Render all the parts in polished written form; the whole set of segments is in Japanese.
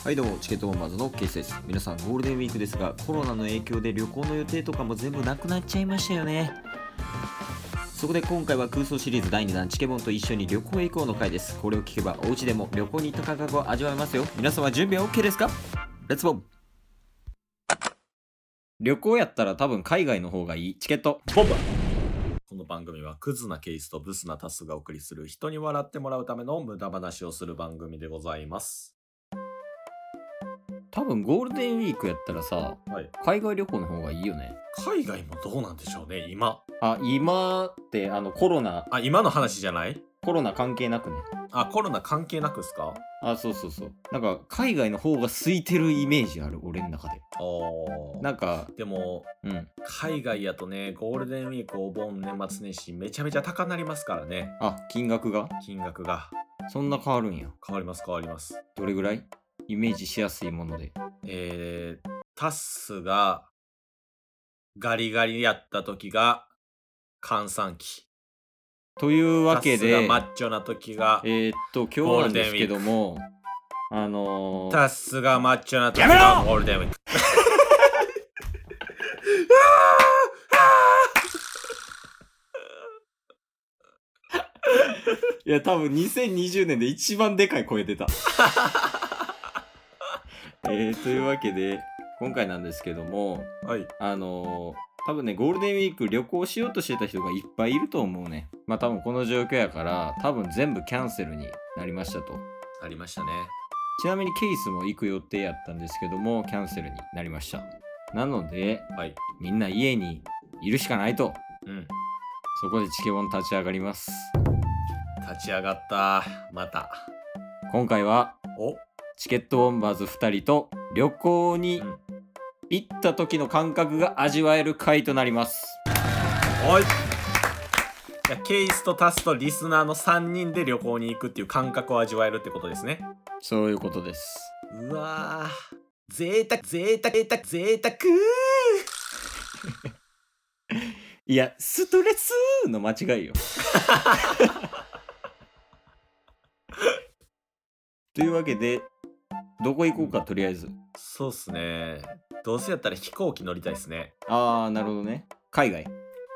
はいどうも、チケットボンバーズのケイスです。皆さんゴールデンウィークですが、コロナの影響で旅行の予定とかも全部なくなっちゃいましたよね。そこで今回は空想シリーズ第2弾チケボンと一緒に旅行へ行こうの回です。これを聞けばお家でも旅行に行った感覚を味わえますよ。皆さんは準備は OK ですか？レッツボン。旅行やったら多分海外の方がいい。チケットボンバー。 この番組はクズなケースとブスなタスがお送りする人に笑ってもらうための無駄話をする番組でございます。 多分ゴールデンウィークやったらさ、 はい。 海外旅行の方がいいよね。 海外もどうなんでしょうね、今。 今ってコロナ今の話じゃない？ 関係なくね。 コロナ関係なくっすか？ そう。なんか海外の方が空いてるイメージある、俺の中で。なんか、 でも、海外やとね、ゴールデンウィーク、お盆、年末年始、めちゃめちゃ高なりますからね。 金額がそんな変わるんや。 変わります。 どれぐらいイメージしやすいもので。 タッスがガリガリやった時が閑散期。 というわけで、 タッスがマッチョな時が今日なんですけども、 タッスがマッチョな時がゴールデンウィーク。 いや、多分2020年で一番でかい声出た。というわけで、今回なんですけども、 はい。 多分ね、ゴールデンウィーク旅行しようとしてた人がいっぱいいると思うね。多分この状況やから、多分全部キャンセルになりましたと。 ありましたね。 ちなみにケイスも行く予定やったんですけども、キャンセルになりました。なので、みんな家にいるしかないと。そこでチケボン立ち上がります。 立ち上がった。また。 今回は、チケットボンバーズ2人と旅行に行った時の感覚が味わえる回となります。 ケイスとタスとリスナーの3人で旅行に行くっていう感覚を味わえるってことですね。 そういうことです。 うわー、贅沢いや、ストレスの間違いよ。というわけで、どこ行こうか、とりあえず。 そうっすね。どうせやったら飛行機乗りたいっすね。 なるほどね。海外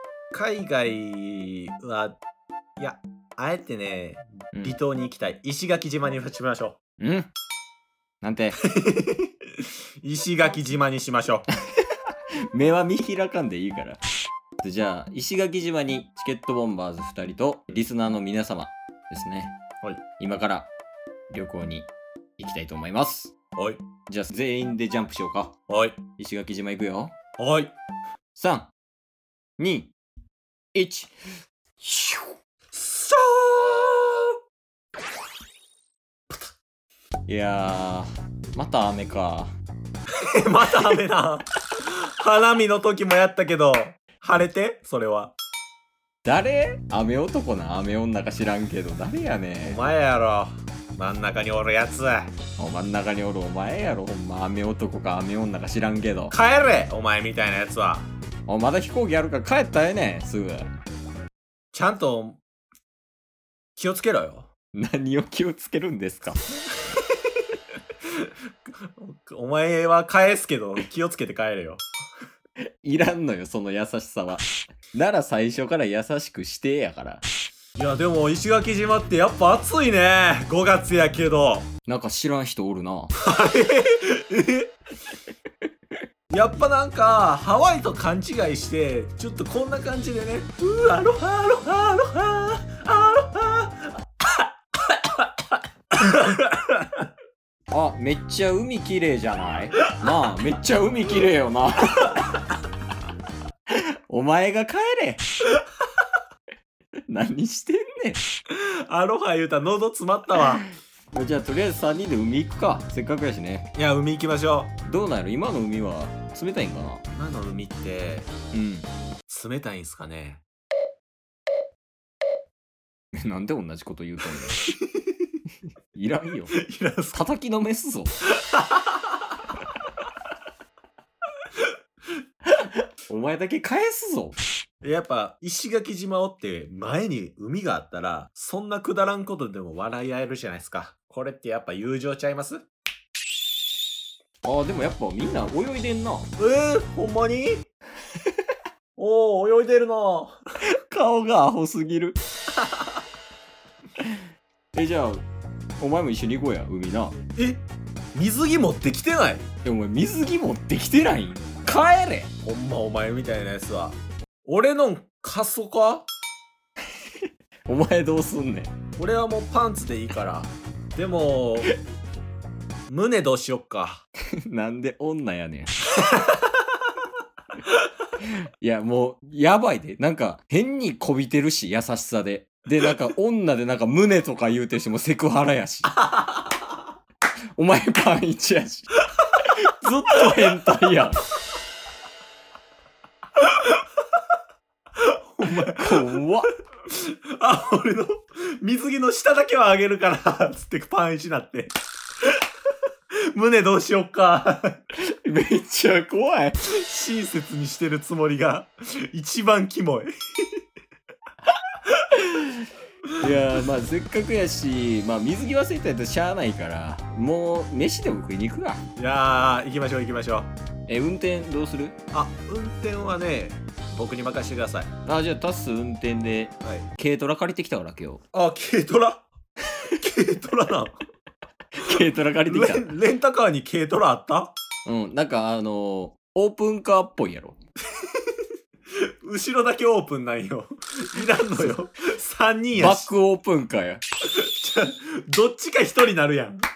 は、いや、あえてね、離島に行きたい。石垣島にしましょう。なんて石垣島にしましょう。目は見開かんでいいから。じゃあ、石垣島にチケットボンバーズ2人とリスナーの皆様ですね。今から旅行に行きたいと思います。じゃあ全員でジャンプしようか。石垣島行くよ。3、2、1。いやー、また雨か。 また雨な。花見の時もやったけど、晴れてそれは。 誰？雨男な雨女か知らんけど、誰やねん。 お前やろ。真ん中におるやつ。 真ん中におるお前やろ。ほんま雨男か雨女か知らんけど。 帰れお前みたいなやつは。 まだ飛行機あるから帰ったらええねん、すぐ。 ちゃんと気をつけろよ。 何を気をつけるんですか？ お前は返すけど気をつけて帰れよ。 いらんのよ、その優しさは。なら最初から優しくしてやから。 いやでも石垣島ってやっぱ暑いね。5月やけど。 なんか知らん人おるな。 やっぱなんかハワイと勘違いしてちょっとこんな感じでね。アロハアロハアロハアロハ。めっちゃ海きれいじゃない？なあ、めっちゃ海きれいよな。お前が帰れ。何してんねん。 アロハ言うたら喉詰まったわ。 じゃあとりあえず3人で海行くか。せっかくやしね。 いや、海行きましょう。どうなんやろ？今の海は冷たいんかな？ 今の海って冷たいんすかね。 なんで同じこと言うとんの？いらんよ。 いらんす。 叩きのめすぞ。お前だけ返すぞ。 やっぱ石垣島おって前に海があったらそんなくだらんことでも笑い合えるじゃないですか。これってやっぱ友情ちゃいます？ でもやっぱみんな泳いでんな。 ほんまにおー、泳いでるな。 顔がアホすぎる。じゃあお前も一緒に行こうや、海な。 水着持ってきてない？ お前水着持ってきてないん？帰れ。 ほんまお前みたいなやつは。俺の貸そか？ お前どうすんねん。 俺はもうパンツでいいから。でも胸どうしよっか。 なんで女やねん。いやもうやばいで、なんか変にこびてるし、優しさで。でなんか女でなんか胸とか言うてるしもセクハラやし。お前パン1やし。ずっと変態やん。 お前怖っ。 俺の水着の下だけはあげるからつってパン1なって。胸どうしよっか。 めっちゃ怖い。 親切にしてるつもりが一番キモい。 いやまあせっかくやし、まあ水着忘れたやつしゃあないから、もう飯でも食いに行くか。 いやー、行きましょう行きましょう。 運転どうする？ 運転はね、僕に任せてください。 じゃあタス運転で、 はい。 軽トラ借りてきたから今日。 軽トラ軽トラな。 軽トラ借りてきた。 レンタカーに軽トラあった？ なんかオープンカーっぽいやろ。 後ろだけオープンなんよ。いらんのよ。3人やし。 バックオープンカーや。 どっちか1人になるやん。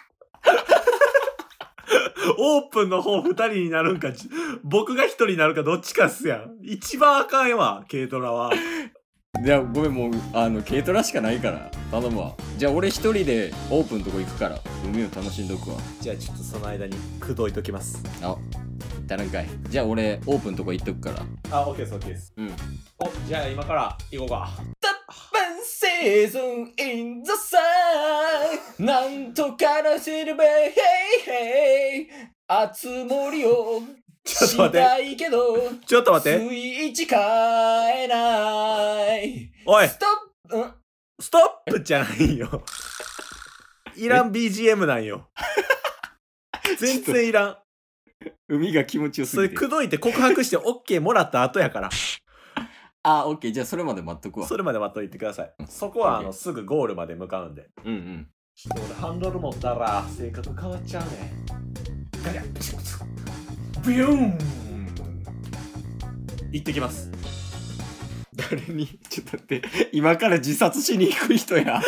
オープンの方2人になるんか、僕が1人になるかどっちかっすやん。一番あかんわ、軽トラは。 じゃあごめん、もう軽トラしかないから頼むわ。じゃあ俺一人でオープンとこ行くから海を楽しんどくわ。 じゃあちょっとその間に口説いときます。 たらんかい。じゃあ俺オープンとこ行っとくから。 オッケーですオッケーです。 うん。 じゃあ今から行こうか。 Season in the sun なんとかなせれば Hey hey あつ森をしたいけどちょっと待って。 スイッチ変えない。 おいストップ、 ストップじゃないよ。いらん BGM なんよ。全然いらん。 海が気持ちよすぎて。 それ口説いて告白して OK もらった後やから。 オッケー。じゃあそれまで待っとくわ。 それまで待っといてください。そこはすぐゴールまで向かうんで。 うんうん。 ちょっと俺ハンドル持ったら性格変わっちゃうね。ガリャビューン行ってきます。 誰に？ちょっと待って。今から自殺しに行く人や。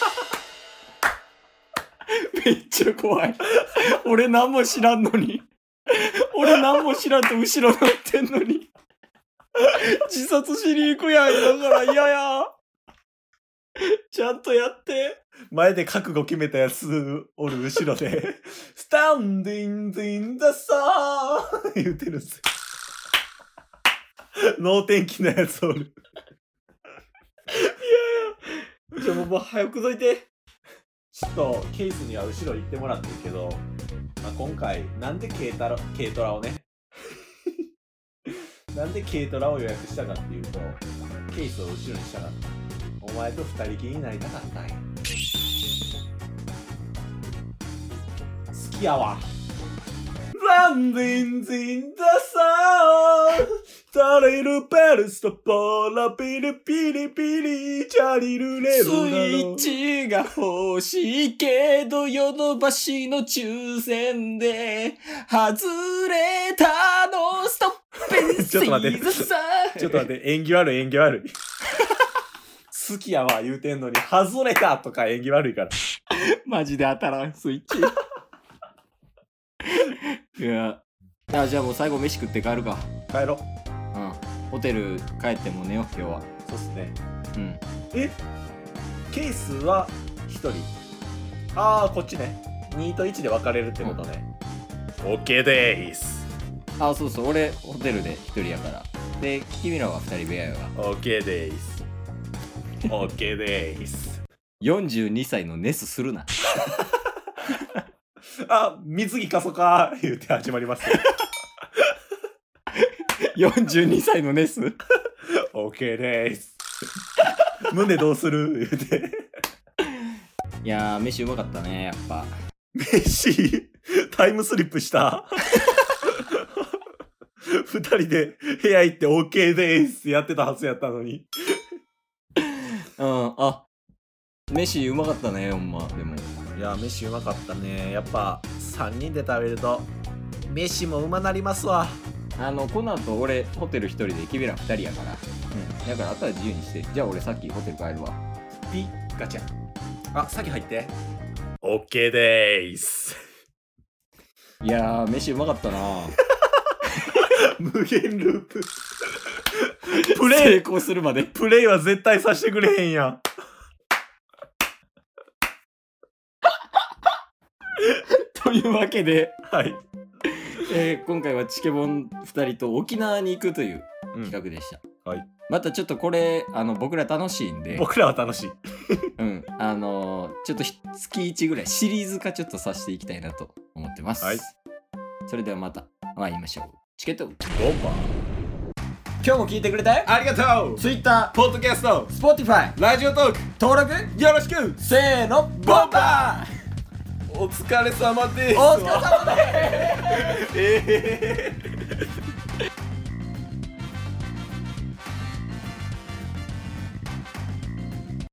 めっちゃ怖い。俺何も知らんのに。俺何も知らんと後ろ乗ってんのに。自殺しに行くやん。だから嫌や。ちゃんとやって。 前で覚悟決めたやつおる後ろでスタンディングインダサー言うてるんすよ。能天気なやつおる。 いやじゃあもう早くどいて。 ちょっとケースには後ろ行ってもらってるけど、今回なんで軽トラをねなんで軽トラを予約したかっていうと、ケースを後ろにしたかった。お前と二人きりになりたかったんや。好きやわ。ランディンズインダサータリルペルストポラピリピリピリチャリルレスイッチが欲しいけどヨドバシの抽選で外れたのストップ。 ちょっと待ってちょっと待って、縁起悪い縁起悪い。好きやわ言うてんのに外れたとか縁起悪いから。 マジで当たらんスイッチ。いやじゃあもう最後飯食って帰るか。 帰ろう。ホテル帰っても寝よう今日は。 そうっすね。 うん。 ケースは1人。こっちね。2と1で分かれるってことね。OK でーす。 そうそう、俺ホテルで1人やから。で君らは2人部屋やわ。 OK でーす。OK でーす。 42歳のネスするな。 水着貸そかー言うて始まりますよ。42歳のネス。 OK でーす。胸どうする言うて。 いやー飯うまかったねやっぱ。 飯タイムスリップした二人で部屋行って OK でーすってやってたはずやったのに。 あ、飯うまかったね、ほんま。でもいや、飯うまかったね。やっぱ3人で食べると飯もうまなりますわ。 この後俺ホテル1人で君ら2人やから、だからあとは自由にして。じゃあ俺さっきホテル帰るわ。 ピガチャ。あ、先入って。OK でーす。 いやー、飯うまかったな。 無限ループ。 成功するまで。 プレイは絶対させてくれへんやん。 というわけで、 はい。 今回はチケボン2人と沖縄に行くという企画でした。はい。またちょっとこれ僕ら楽しいんで。 僕らは楽しい。 うん。ちょっと月1ぐらいシリーズ化ちょっとさせていきたいなと思ってます。はい。それではまた会いましょう。チケットボンバー。今日も聞いてくれてありがとう。 Twitter、 ポッドキャスト、 Spotify、 ラジオトーク登録よろしく。 せーの、ボンバー。 お疲れ様です。 お疲れ様です。